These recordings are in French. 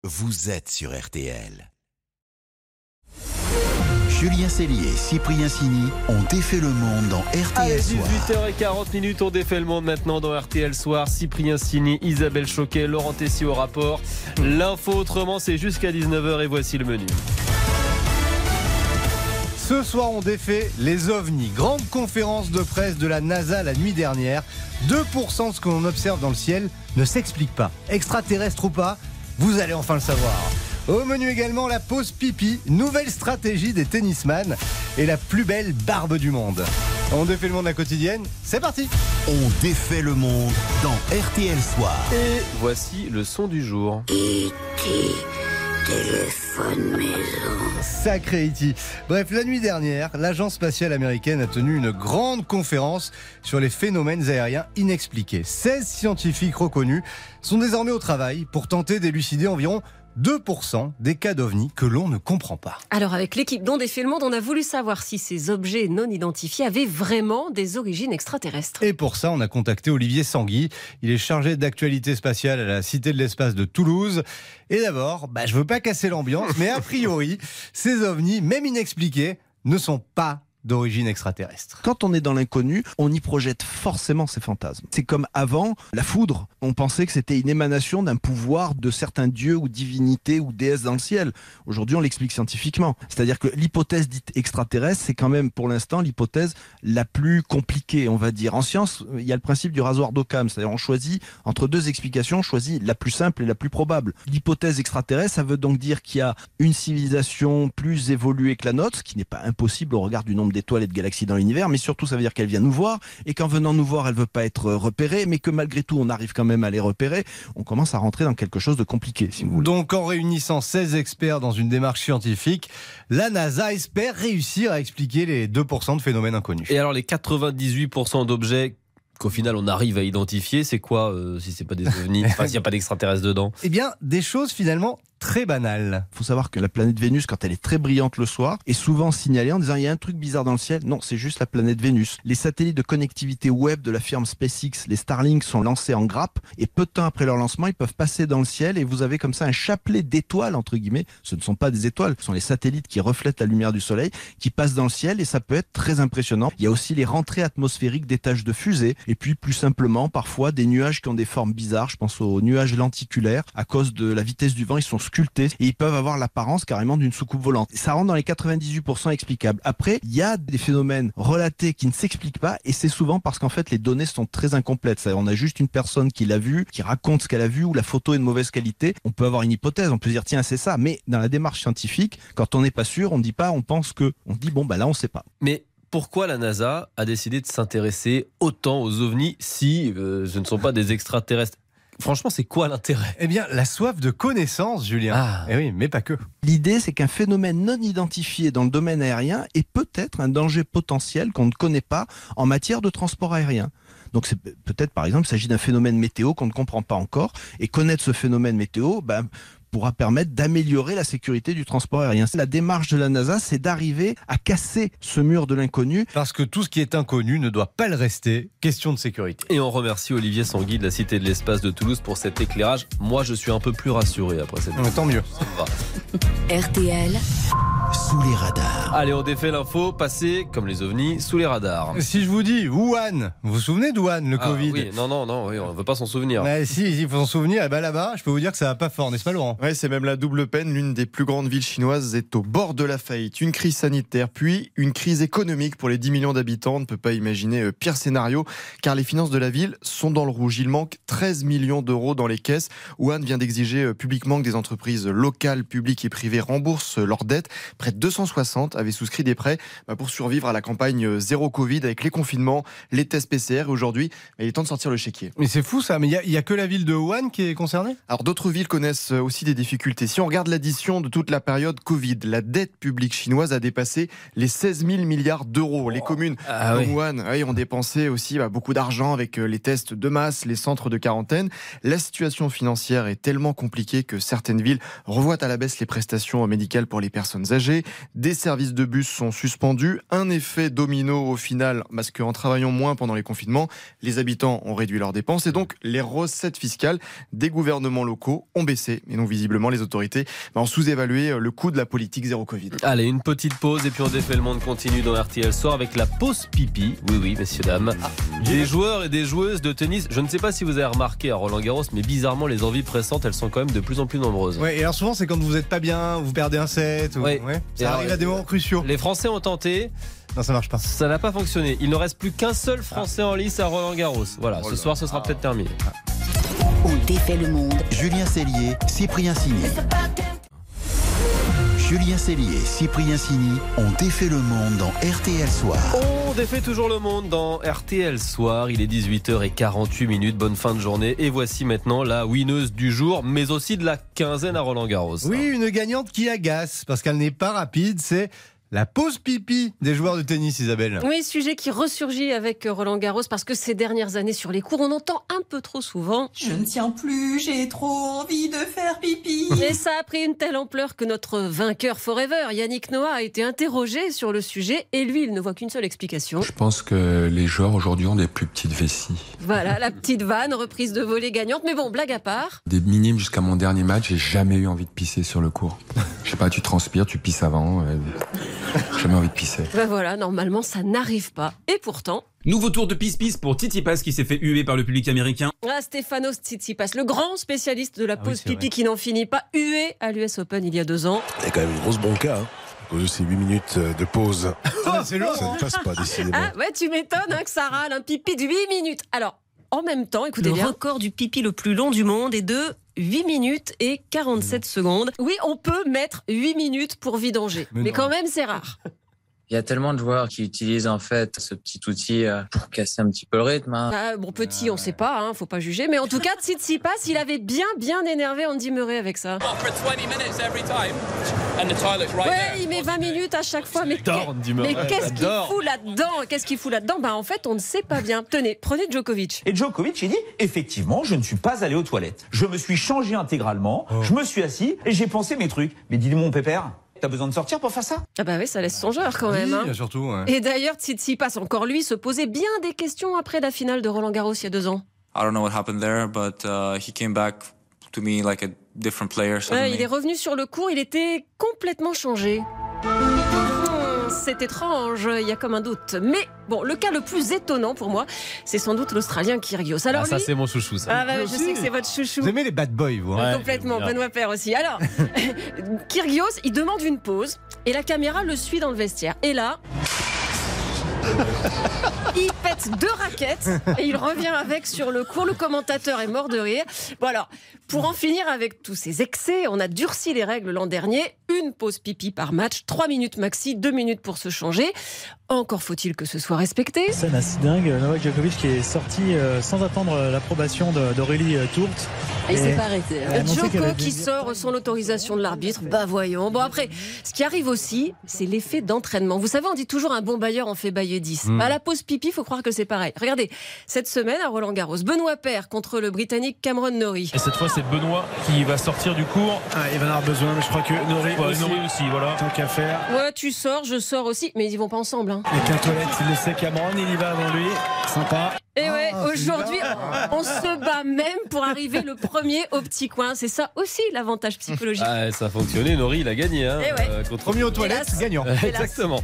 vous êtes sur RTL. Julien Cellier et Cyprien Sini ont défait le monde dans RTL Allez, Soir. 18h40, on défait le monde maintenant dans RTL Soir. Cyprien Sini, Isabelle Choquet, Laurent Tessier au rapport. L'info autrement, c'est jusqu'à 19h et voici le menu. Ce soir, on défait les ovnis. Grande conférence de presse de la NASA la nuit dernière. 2% de ce que l'on observe dans le ciel ne s'explique pas. Extraterrestre ou pas, vous allez enfin le savoir. Au menu également, la pause pipi, nouvelle stratégie des tennisman et la plus belle barbe du monde. On défait le monde à quotidienne, c'est parti. On défait le monde dans RTL Soir. Et voici le son du jour. Téléphone maison. Sacré E.T. Bref, la nuit dernière, l'agence spatiale américaine a tenu une grande conférence sur les phénomènes aériens inexpliqués. 16 scientifiques reconnus sont désormais au travail pour tenter d'élucider environ 2% des cas d'ovnis que l'on ne comprend pas. Alors avec l'équipe dont défait le monde, on a voulu savoir si ces objets non identifiés avaient vraiment des origines extraterrestres. Et pour ça, on a contacté Olivier Sanguy. Il est chargé d'actualité spatiale à la Cité de l'Espace de Toulouse. Et d'abord, je veux pas casser l'ambiance, mais a priori, ces ovnis, même inexpliqués, ne sont pas d'origine extraterrestre. Quand on est dans l'inconnu, on y projette forcément ses fantasmes. C'est comme avant, la foudre. On pensait que c'était une émanation d'un pouvoir de certains dieux ou divinités ou déesses dans le ciel. Aujourd'hui, on l'explique scientifiquement. C'est-à-dire que l'hypothèse dite extraterrestre, c'est quand même pour l'instant l'hypothèse la plus compliquée, on va dire. En science, il y a le principe du rasoir d'Occam. C'est-à-dire on choisit entre deux explications, on choisit la plus simple et la plus probable. L'hypothèse extraterrestre, ça veut donc dire qu'il y a une civilisation plus évoluée que la nôtre, ce qui n'est pas impossible au regard du nombre d'étoiles et de galaxies dans l'univers, mais surtout ça veut dire qu'elle vient nous voir et qu'en venant nous voir elle veut pas être repérée, mais que malgré tout on arrive quand même à les repérer. On commence à rentrer dans quelque chose de compliqué, si vous voulez. Donc en réunissant 16 experts dans une démarche scientifique, la NASA espère réussir à expliquer les 2% de phénomènes inconnus. Et alors les 98% d'objets qu'au final on arrive à identifier, c'est quoi si c'est pas des ovnis, s'il n'y a pas d'extraterrestres dedans? Eh bien, des choses finalement très banales. Il faut savoir que la planète Vénus, quand elle est très brillante le soir, est souvent signalée en disant il y a un truc bizarre dans le ciel. Non, c'est juste la planète Vénus. Les satellites de connectivité web de la firme SpaceX, les Starlink, sont lancés en grappe et peu de temps après leur lancement, ils peuvent passer dans le ciel et vous avez comme ça un chapelet d'étoiles, entre guillemets. Ce ne sont pas des étoiles, ce sont les satellites qui reflètent la lumière du soleil, qui passent dans le ciel et ça peut être très impressionnant. Il y a aussi les rentrées atmosphériques des taches de fusée et puis plus simplement, parfois, des nuages qui ont des formes bizarres. Je pense aux nuages lenticulaires. À cause de la vitesse du vent, ils sont sculptés et ils peuvent avoir l'apparence carrément d'une soucoupe volante. Ça rentre dans les 98% explicables. Après, il y a des phénomènes relatés qui ne s'expliquent pas et c'est souvent parce qu'en fait, les données sont très incomplètes. C'est-à-dire, on a juste une personne qui l'a vu, qui raconte ce qu'elle a vu ou la photo est de mauvaise qualité. On peut avoir une hypothèse, on peut dire tiens, c'est ça. Mais dans la démarche scientifique, quand on n'est pas sûr, on ne dit pas, on pense que. On dit là, on ne sait pas. Mais pourquoi la NASA a décidé de s'intéresser autant aux ovnis si ce ne sont pas des extraterrestres? Franchement, c'est quoi l'intérêt? Eh bien, la soif de connaissance, Julien. Ah. Eh oui, mais pas que. L'idée, c'est qu'un phénomène non identifié dans le domaine aérien est peut-être un danger potentiel qu'on ne connaît pas en matière de transport aérien. Donc c'est peut-être, par exemple, il s'agit d'un phénomène météo qu'on ne comprend pas encore. Et connaître ce phénomène météo, pourra permettre d'améliorer la sécurité du transport aérien. La démarche de la NASA, c'est d'arriver à casser ce mur de l'inconnu. Parce que tout ce qui est inconnu ne doit pas le rester. Question de sécurité. Et on remercie Olivier Sanguy de la Cité de l'Espace de Toulouse pour cet éclairage. Moi, je suis un peu plus rassuré après cette Tant mieux. Ça va. RTL. Sous les radars. Allez, on défait l'info, passer, comme les ovnis, sous les radars. Si je vous dis Wuhan, vous vous souvenez de Wuhan, le Covid? Oui, non, oui, on ne veut pas s'en souvenir. Si, il faut s'en souvenir. Et là-bas, je peux vous dire que ça va pas fort, n'est-ce pas, Laurent? Ouais, c'est même la double peine. L'une des plus grandes villes chinoises est au bord de la faillite. Une crise sanitaire, puis une crise économique pour les 10 millions d'habitants. On ne peut pas imaginer pire scénario, car les finances de la ville sont dans le rouge. Il manque 13 millions d'euros dans les caisses. Wuhan vient d'exiger publiquement que des entreprises locales, publiques et privées remboursent leurs dettes. Près de 260 avaient souscrit des prêts pour survivre à la campagne zéro Covid avec les confinements, les tests PCR. Et aujourd'hui, il est temps de sortir le chéquier. Mais c'est fou ça, mais il y a que la ville de Wuhan qui est concernée? Alors d'autres villes connaissent aussi des difficultés. Si on regarde l'addition de toute la période Covid, la dette publique chinoise a dépassé les 16 000 milliards d'euros. Les communes comme Wuhan ont dépensé aussi beaucoup d'argent avec les tests de masse, les centres de quarantaine. La situation financière est tellement compliquée que certaines villes revoient à la baisse les prestations médicales pour les personnes âgées. Des services de bus sont suspendus. Un effet domino au final, parce qu'en travaillant moins pendant les confinements, les habitants ont réduit leurs dépenses et donc les recettes fiscales des gouvernements locaux ont baissé. Et donc visiblement les autorités ont sous-évalué le coût de la politique zéro Covid. Allez, une petite pause et puis on défait le monde continue dans RTL Soir avec la pause pipi. Oui, messieurs, dames. Des joueurs et des joueuses de tennis. Je ne sais pas si vous avez remarqué à Roland-Garros, mais bizarrement, les envies pressantes, elles sont quand même de plus en plus nombreuses. Ouais, et alors souvent, c'est quand vous n'êtes pas bien, vous perdez un set. Ou... Ouais. Ça arrive à des moments cruciaux. Les Français ont tenté. Non, ça marche pas. Ça n'a pas fonctionné. Il ne reste plus qu'un seul Français en lice à Roland-Garros. Voilà, ce soir, ce sera peut-être terminé. On défait le monde. Julien Cellier, Cyprien Signy. Julien Cellier, Cyprien Signy ont défait le monde dans RTL Soir. On défait toujours le monde dans RTL Soir. Il est 18h48. Bonne fin de journée. Et voici maintenant la winneuse du jour, mais aussi de la quinzaine à Roland-Garros. Oui, une gagnante qui agace parce qu'elle n'est pas rapide, c'est la pause pipi des joueurs de tennis, Isabelle. Oui, sujet qui ressurgit avec Roland Garros parce que ces dernières années sur les cours, on entend un peu trop souvent. Je ne tiens plus, j'ai trop envie de faire pipi. Et ça a pris une telle ampleur que notre vainqueur forever, Yannick Noah, a été interrogé sur le sujet et lui, il ne voit qu'une seule explication. Je pense que les joueurs aujourd'hui ont des plus petites vessies. Voilà, la petite vanne, reprise de volée gagnante. Mais bon, blague à part. Des minimes jusqu'à mon dernier match, j'ai jamais eu envie de pisser sur le court. Je sais pas, tu transpires, tu pisses avant. Jamais envie de pisser. Ben voilà, normalement ça n'arrive pas. Et pourtant... Nouveau tour de pisse-pisse pour Tsitsipas qui s'est fait huer par le public américain. Ah, Stefanos Tsitsipas, le grand spécialiste de la pause pipi qui n'en finit pas, hué à l'US Open il y a 2 ans. Il y a quand même une grosse bronca. Ces 8 minutes de pause. C'est long, ça ne passe pas, décidément. Ah ouais, tu m'étonnes que ça râle, un pipi de 8 minutes. Alors, en même temps, écoutez bien. Le record du pipi le plus long du monde est de 8 minutes et 47 secondes. Oui, on peut mettre 8 minutes pour vidanger. Mais quand même, c'est rare. Il y a tellement de joueurs qui utilisent en fait ce petit outil pour casser un petit peu le rythme. Ah, bon, petit, on sait pas, faut pas juger. Mais en tout cas, Tsitsipas, il avait bien énervé Andy Murray avec ça. Ouais, il met 20 minutes à chaque fois. Mais qu'est-ce qu'il fout là-dedans En fait, on ne sait pas bien. Tenez, prenez Djokovic. Et Djokovic, il dit, effectivement, je ne suis pas allé aux toilettes. Je me suis changé intégralement, je me suis assis et j'ai pensé mes trucs. Mais dis-moi, mon pépère, t'as besoin de sortir pour faire ça ? Ah bah oui, ça laisse songeur quand même. Oui, surtout. Ouais. Et d'ailleurs, Tsitsipas, encore lui, se posait bien des questions après la finale de Roland Garros il y a 2 ans. I don't know what happened there, but he came back to me like a different player. Ouais, il est revenu sur le court, il était complètement changé. C'est étrange, il y a comme un doute. Mais bon, le cas le plus étonnant pour moi, c'est sans doute l'Australien Kyrgios. Alors ça, lui... c'est mon chouchou, ça. Ah bah, je sais que c'est votre chouchou. Vous aimez les bad boys, vous hein. Complètement, Benoît Paire aussi. Alors, Kyrgios, il demande une pause et la caméra le suit dans le vestiaire. Et là... il pète 2 raquettes et il revient avec sur le court. Le commentateur est mort de rire. Bon alors, pour en finir avec tous ces excès, on a durci les règles l'an dernier. Une pause pipi par match, 3 minutes maxi, 2 minutes pour se changer. Encore faut-il que ce soit respecté. Scène assez dingue, Novak Djokovic qui est sorti sans attendre l'approbation d'Aurélie Tourte. Il s'est pas arrêté. Djoko qui sort sans l'autorisation de l'arbitre. Bah voyons. Bon après, ce qui arrive aussi, c'est l'effet d'entraînement. Vous savez, on dit toujours un bon bailleur en fait bailler 10. À la pause pipi, faut croire que c'est pareil. Regardez, cette semaine à Roland Garros, Benoît Paire contre le Britannique Cameron Norrie. Et cette fois, c'est Benoît qui va sortir du cours. Il va en avoir besoin, mais je crois que Norrie aussi, voilà. Tant qu'à faire. Ouais, tu sors, je sors aussi, mais ils y vont pas ensemble. Hein. Avec la toilette, il le sait, Cameron, il y va avant lui. Sympa. Et ouais, aujourd'hui, on se bat même pour arriver le premier au petit coin. C'est ça aussi l'avantage psychologique. Ah, ça a fonctionné, Norrie, il a gagné. Hein, contre premier aux toilettes, gagnant. Exactement.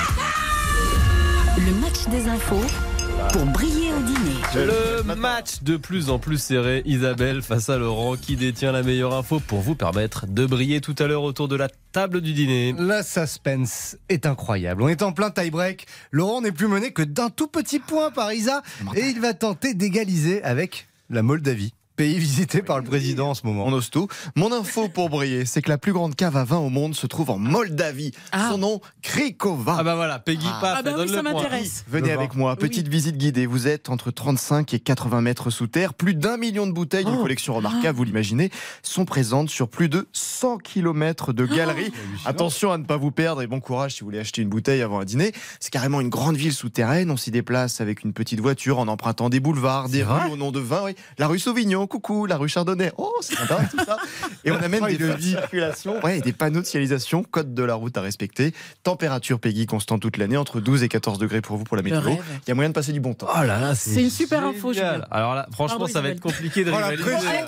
Le match des infos pour briller au dîner. Le match de plus en plus serré, Isabelle face à Laurent qui détient la meilleure info pour vous permettre de briller tout à l'heure autour de la table du dîner. La suspense est incroyable. On est en plein tie-break. Laurent n'est plus mené que d'un tout petit point par Isa et il va tenter d'égaliser avec la Moldavie. Pays visité par le président en ce moment. On ose tout. Mon info pour briller, c'est que la plus grande cave à vin au monde se trouve en Moldavie. Son nom, Krikova. Ah bah voilà, Peggy Paf, donne ça le point. m'intéresse. Venez avec moi, petite visite guidée. Vous êtes entre 35 et 80 mètres sous terre. Plus d'1 million de bouteilles d'une collection remarquable, vous l'imaginez, sont présentes sur plus de 100 km de galeries. Attention à ne pas vous perdre et bon courage si vous voulez acheter une bouteille avant un dîner. C'est carrément une grande ville souterraine. On s'y déplace avec une petite voiture en empruntant des boulevards, des rues au nom de vin. Oui. La rue Sauvignon attention, coucou, la rue Chardonnay. Oh, c'est sympa tout ça. Et on a même des feux de circulation, des panneaux de signalisation, code de la route à respecter, température Peggy constante toute l'année, entre 12 et 14 degrés pour vous pour la météo. Il y a moyen de passer du bon temps. Oh là là, c'est une super info, Julien. Alors là, franchement, ça va être compliqué de rivaliser.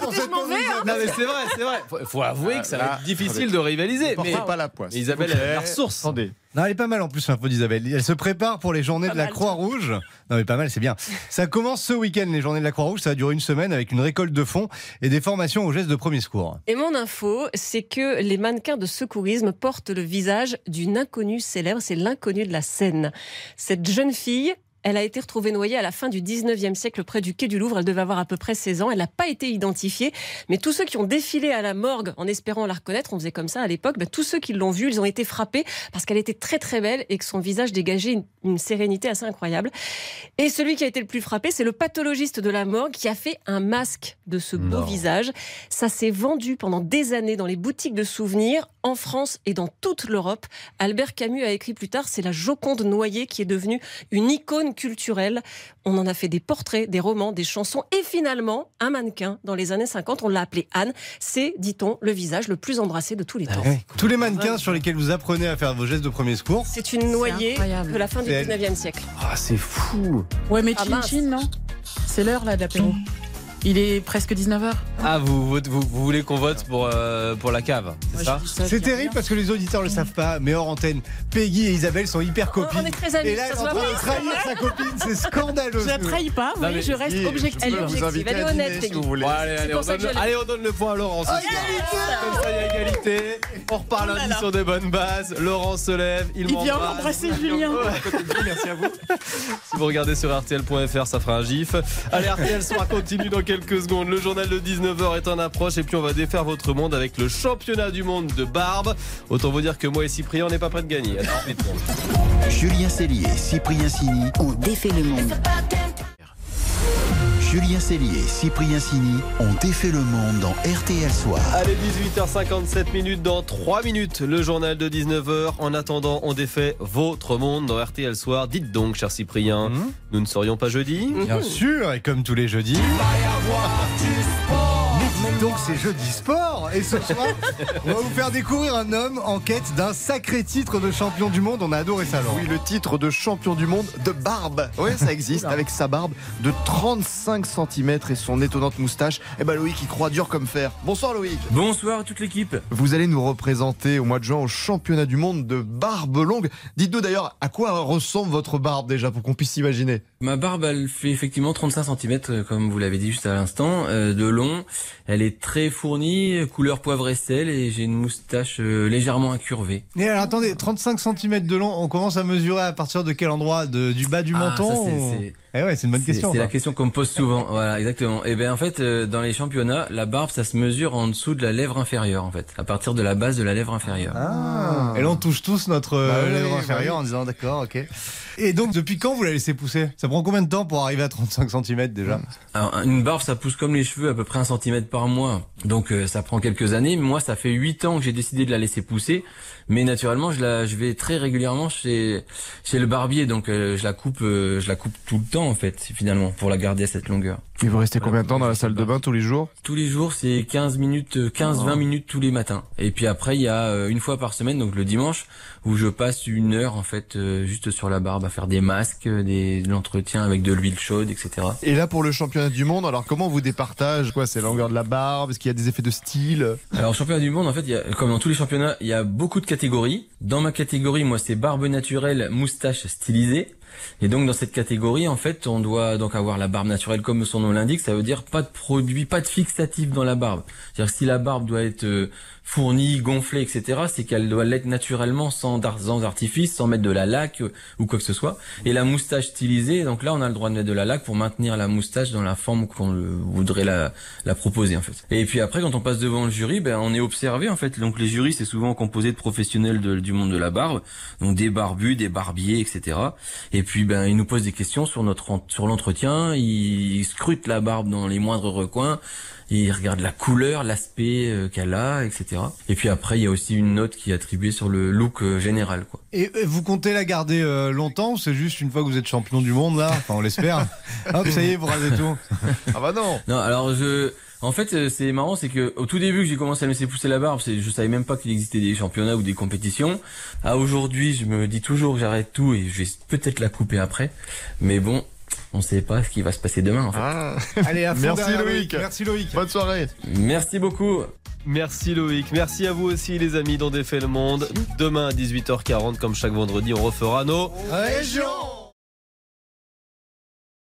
Non mais c'est vrai. Faut avouer que ça va être difficile de rivaliser. Mais pas la poisse. Isabelle, elle a la ressource. Attendez. Non, elle est pas mal en plus l'info d'Isabelle. Elle se prépare pour les journées de la Croix-Rouge. Non mais pas mal, c'est bien. Ça commence ce week-end, les journées de la Croix-Rouge. Ça va durer une semaine avec une récolte de fonds et des formations aux gestes de premier secours. Et mon info, c'est que les mannequins de secourisme portent le visage d'une inconnue célèbre. C'est l'inconnue de la Seine. Cette jeune fille, elle a été retrouvée noyée à la fin du 19e siècle près du quai du Louvre. Elle devait avoir à peu près 16 ans. Elle n'a pas été identifiée. Mais tous ceux qui ont défilé à la morgue en espérant la reconnaître, on faisait comme ça à l'époque, tous ceux qui l'ont vue, ils ont été frappés parce qu'elle était très très belle et que son visage dégageait une sérénité assez incroyable. Et celui qui a été le plus frappé, c'est le pathologiste de la morgue qui a fait un masque de ce beau visage. Ça s'est vendu pendant des années dans les boutiques de souvenirs en France et dans toute l'Europe. Albert Camus a écrit plus tard, c'est la Joconde noyée qui est devenue une icône culturelle. On en a fait des portraits, des romans, des chansons et finalement, un mannequin dans les années 50, on l'a appelé Anne. C'est, dit-on, le visage le plus embrassé de tous les temps. Tous les mannequins sur lesquels vous apprenez à faire vos gestes de premier secours. C'est une noyée de la fin du 19e siècle. Ah, c'est fou. Ouais, mais chin, non ? C'est l'heure là d'apéro. Il est presque 19h. Ah, vous voulez qu'on vote pour la cave, c'est ça ? C'est terrible parce que les auditeurs le savent pas, mais hors antenne, Peggy et Isabelle sont hyper copines. On est très amis. Et là, elle est en train de trahir sa copine, c'est scandaleux. Je la trahis pas, je reste objective. Elle est objective, elle est honnête, Peggy. Allez, on donne le point à Laurence. Comme ça, il y a égalité. On repart lundi sur des bonnes bases. Laurence se lève, il vient embrasser Julien. Merci à vous. Si vous regardez sur RTL.fr, ça fera un gif. Allez, RTL Soir continue dans quelques secondes. Le journal de 19h est en approche et puis on va défaire votre monde avec le championnat du monde de barbe. Autant vous dire que moi et Cyprien, on n'est pas prêt de gagner. Julien Cellier, Cyprien Sini ont défait le monde. Julien Cellier, Cyprien Sini ont défait le monde dans RTL Soir. Allez, 18h57 dans 3 minutes, le journal de 19h. En attendant, on défait votre monde dans RTL Soir. Dites donc, cher Cyprien, nous ne serions pas jeudi ? Bien sûr, et comme tous les jeudis. Il va y avoir du sport. Donc c'est jeudi sport. Et ce soir, on va vous faire découvrir un homme en quête d'un sacré titre de champion du monde. On a adoré ça, Laurent. Oui, le titre de champion du monde de barbe. Oui, ça existe, avec sa barbe de 35 cm et son étonnante moustache. Et Loïc, il croit dur comme fer. Bonsoir Loïc. Bonsoir à toute l'équipe. Vous allez nous représenter au mois de juin au championnat du monde de barbe longue. Dites-nous d'ailleurs à quoi ressemble votre barbe déjà pour qu'on puisse s'imaginer. Ma barbe, elle fait effectivement 35 cm, comme vous l'avez dit juste à l'instant, de long. Elle est très fournie, couleur poivre et sel, et j'ai une moustache légèrement incurvée. Et alors attendez, 35 cm de long, on commence à mesurer à partir de quel endroit ? Du bas du menton c'est une bonne question. C'est la question qu'on me pose souvent. Voilà, exactement. Et bien en fait, dans les championnats, la barbe, ça se mesure en dessous de la lèvre inférieure, en fait, à partir de la base de la lèvre inférieure. Et là, on touche tous notre lèvre inférieure en disant d'accord, ok. Et donc, depuis quand vous la laissez pousser ? Ça prend combien de temps pour arriver à 35 cm déjà ? Alors, une barbe, ça pousse comme les cheveux, à peu près 1 cm par mois. Donc, ça prend quelques années. Moi, ça fait 8 ans que j'ai décidé de la laisser pousser. Mais naturellement, je vais très régulièrement chez le barbier. Donc, je la coupe tout le temps, en fait, finalement, pour la garder à cette longueur. Et vous restez combien de temps dans la salle de bain tous les jours ? Tous les jours, c'est 15-20 minutes tous les matins. Et puis après, il y a une fois par semaine, donc le dimanche, où je passe 1 heure, en fait, juste sur la barbe, à faire des masques, de l'entretien avec de l'huile chaude, etc. Et là, pour le championnat du monde, alors comment on vous départage ? C'est la longueur de la barbe ? Est-ce qu'il y a des effets de style ? Alors, championnat du monde, en fait, comme dans tous les championnats, il y a beaucoup de catégories. Dans ma catégorie, moi, c'est barbe naturelle, moustache stylisée. Et donc dans cette catégorie, en fait, on doit donc avoir la barbe naturelle comme son nom l'indique. Ça veut dire pas de produit, pas de fixatif dans la barbe. C'est-à-dire que si la barbe doit être fournie, gonflée, etc., c'est qu'elle doit l'être naturellement sans artifice, sans mettre de la laque ou quoi que ce soit. Et la moustache stylisée, donc là, on a le droit de mettre de la laque pour maintenir la moustache dans la forme qu'on voudrait la proposer, en fait. Et puis après, quand on passe devant le jury, on est observé, en fait. Donc les jurys, c'est souvent composé de professionnels du monde de la barbe, donc des barbus, des barbiers, etc. Et puis, ils nous posent des questions sur l'entretien, ils scrutent la barbe dans les moindres recoins, ils regardent la couleur, l'aspect qu'elle a, etc. Et puis après, il y a aussi une note qui est attribuée sur le look général, quoi. Et vous comptez la garder longtemps ou c'est juste une fois que vous êtes champion du monde, là ? Enfin, on l'espère. Hop, ça y est, vous rasez tout. Ah bah non. Non, alors En fait, c'est marrant, c'est que au tout début que j'ai commencé à me laisser pousser la barbe, je savais même pas qu'il existait des championnats ou des compétitions. À aujourd'hui, je me dis toujours que j'arrête tout et je vais peut-être la couper après. Mais bon, on sait pas ce qui va se passer demain en fait. Allez, à fond Merci derrière Loïc. Merci Loïc. Bonne soirée. Merci beaucoup. Merci Loïc, merci à vous aussi les amis d'On défait le monde. Demain à 18h40, comme chaque vendredi, on refera nos régions.